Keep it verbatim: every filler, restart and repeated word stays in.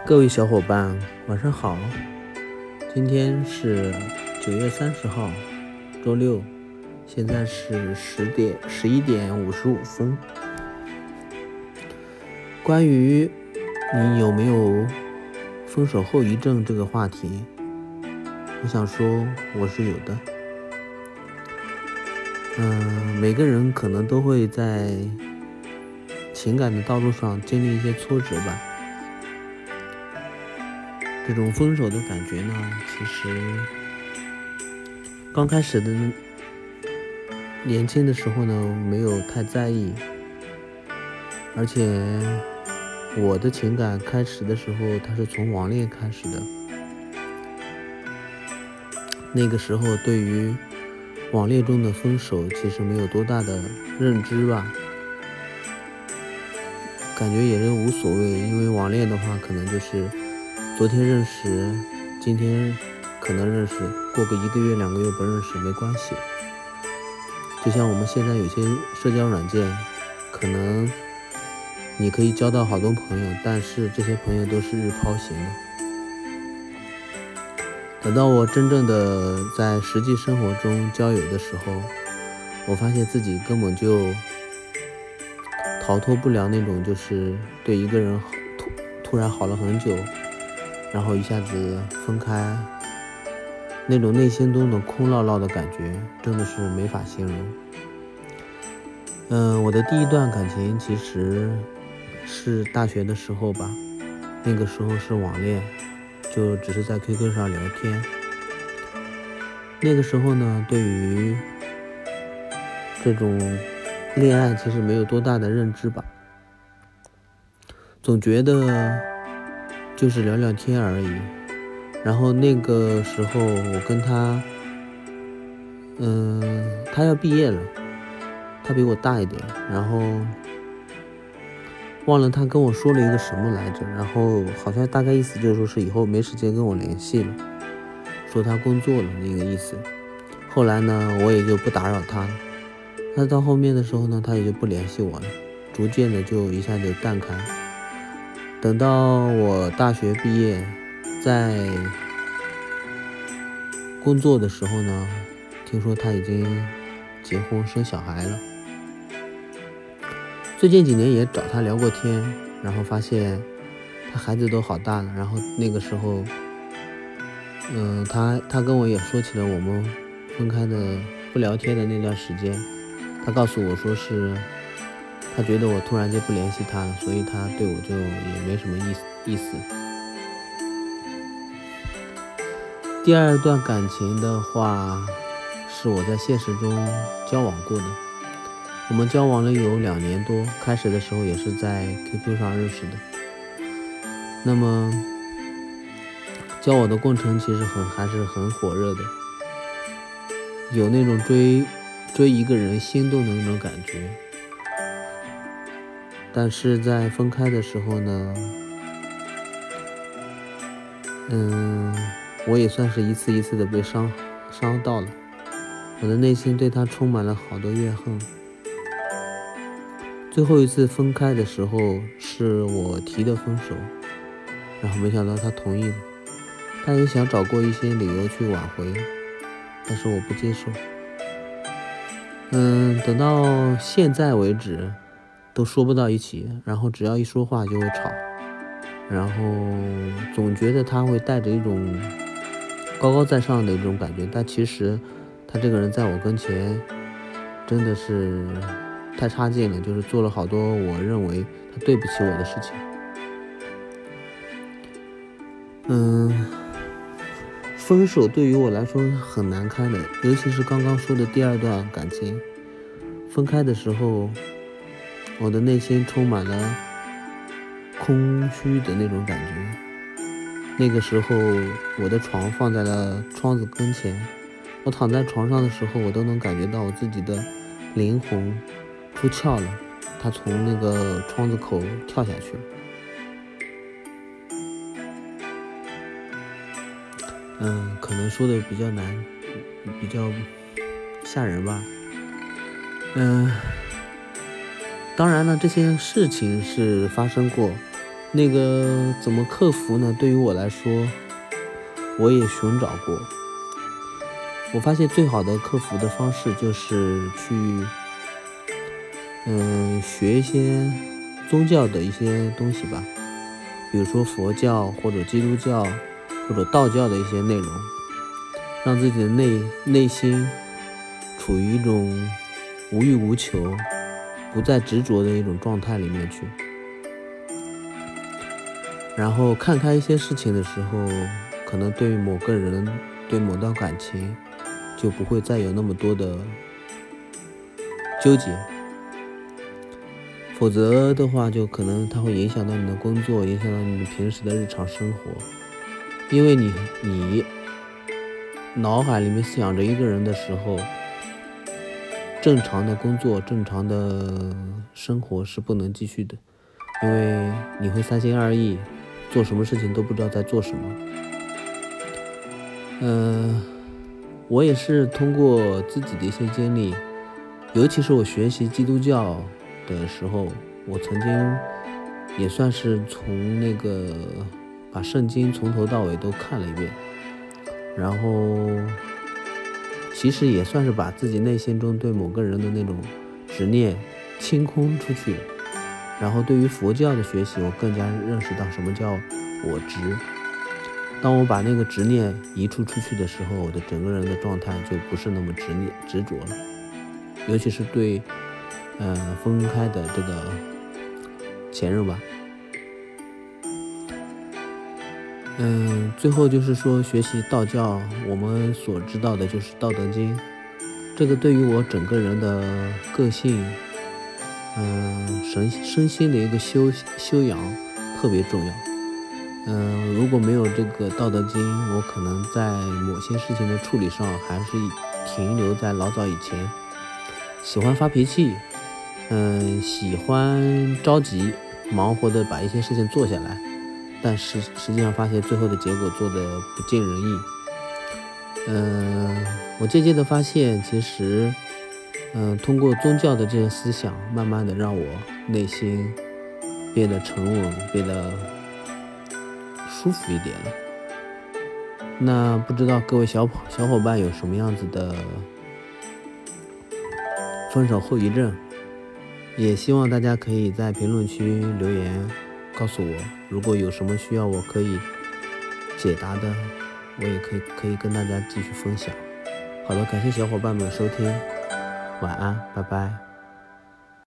各位小伙伴，晚上好。今天是九月三十号，周六，现在是十点十一点五十五分。关于你有没有分手后遗症这个话题，我想说我是有的。嗯，每个人可能都会在情感的道路上经历一些挫折吧。这种分手的感觉呢，其实刚开始的年轻的时候呢，没有太在意，而且我的情感开始的时候，它是从网恋开始的。那个时候对于网恋中的分手，其实没有多大的认知吧，感觉也是无所谓，因为网恋的话，可能就是昨天认识，今天可能认识，过个一个月两个月不认识没关系。就像我们现在有些社交软件，可能你可以交到好多朋友，但是这些朋友都是日抛型的。等到我真正的在实际生活中交友的时候，我发现自己根本就逃脱不了那种就是对一个人突突然好了很久，然后一下子分开，那种内心中的空落落的感觉，真的是没法形容。嗯，我的第一段感情其实是大学的时候吧，那个时候是网恋，就只是在 Q Q 上聊天。那个时候呢，对于这种恋爱其实没有多大的认知吧，总觉得就是聊聊天而已。然后那个时候我跟他，嗯，他要毕业了，他比我大一点，然后忘了他跟我说了一个什么来着，然后好像大概意思就是说是以后没时间跟我联系了，说他工作了那个意思。后来呢，我也就不打扰他了。那到后面的时候呢，他也就不联系我了，逐渐的就一下就淡开。等到我大学毕业，在工作的时候呢，听说他已经结婚生小孩了。最近几年也找他聊过天，然后发现他孩子都好大了。然后那个时候，嗯、呃，他他跟我也说起了我们分开的不聊天的那段时间。他告诉我说是，他觉得我突然间不联系他了，所以他对我就也没什么意思意思。第二段感情的话，是我在现实中交往过的。我们交往了有两年多，开始的时候也是在 Q Q 上认识的。那么交往的过程其实很还是很火热的，有那种追追一个人心动的那种感觉。但是在分开的时候呢，嗯，我也算是一次一次的被伤伤到了，我的内心对他充满了好多怨恨。最后一次分开的时候是我提的分手，然后没想到他同意了。他也想找过一些理由去挽回，但是我不接受。嗯，等到现在为止都说不到一起，然后只要一说话就会吵，然后总觉得他会带着一种高高在上的一种感觉，但其实他这个人在我跟前真的是太差劲了，就是做了好多我认为他对不起我的事情。嗯，分手对于我来说很难堪的，尤其是刚刚说的第二段感情。分开的时候，我的内心充满了空虚的那种感觉。那个时候我的床放在了窗子跟前，我躺在床上的时候，我都能感觉到我自己的灵魂出窍了，他从那个窗子口跳下去了。嗯，可能说的比较难，比较吓人吧。嗯，当然了，这些事情是发生过， 那个怎么克服呢？对于我来说，我也寻找过。我发现最好的克服的方式就是去，嗯，学一些宗教的一些东西吧，比如说佛教或者基督教或者道教的一些内容，让自己的内内心处于一种无欲无求、不再执着的一种状态里面去。然后看开一些事情的时候，可能对某个人、对某段感情，就不会再有那么多的纠结。否则的话，就可能它会影响到你的工作，影响到你平时的日常生活。因为你你脑海里面想着一个人的时候，正常的工作、正常的生活是不能继续的，因为你会三心二意，做什么事情都不知道在做什么。呃，我也是通过自己的一些经历，尤其是我学习基督教的时候，我曾经也算是从那个把圣经从头到尾都看了一遍，然后其实也算是把自己内心中对某个人的那种执念清空出去了。然后对于佛教的学习，我更加认识到什么叫我执。当我把那个执念移除出去的时候，我的整个人的状态就不是那么执念执着了，尤其是对呃分开的这个前任吧。嗯，最后就是说学习道教，我们所知道的就是《道德经》，这个对于我整个人的个性，嗯，身身心的一个修修养特别重要。嗯，如果没有这个《道德经》，我可能在某些事情的处理上还是停留在老早以前，喜欢发脾气，嗯，喜欢着急，忙活的把一些事情做下来。但是实际上发现最后的结果做得不尽人意。嗯，我渐渐的发现，其实，嗯，通过宗教的这些思想，慢慢的让我内心变得沉稳，变得舒服一点了。那不知道各位小小伙伴有什么样子的分手后遗症？也希望大家可以在评论区留言告诉我，如果有什么需要我可以解答的，我也可以可以跟大家继续分享。好的，感谢小伙伴们收听，晚安，拜拜。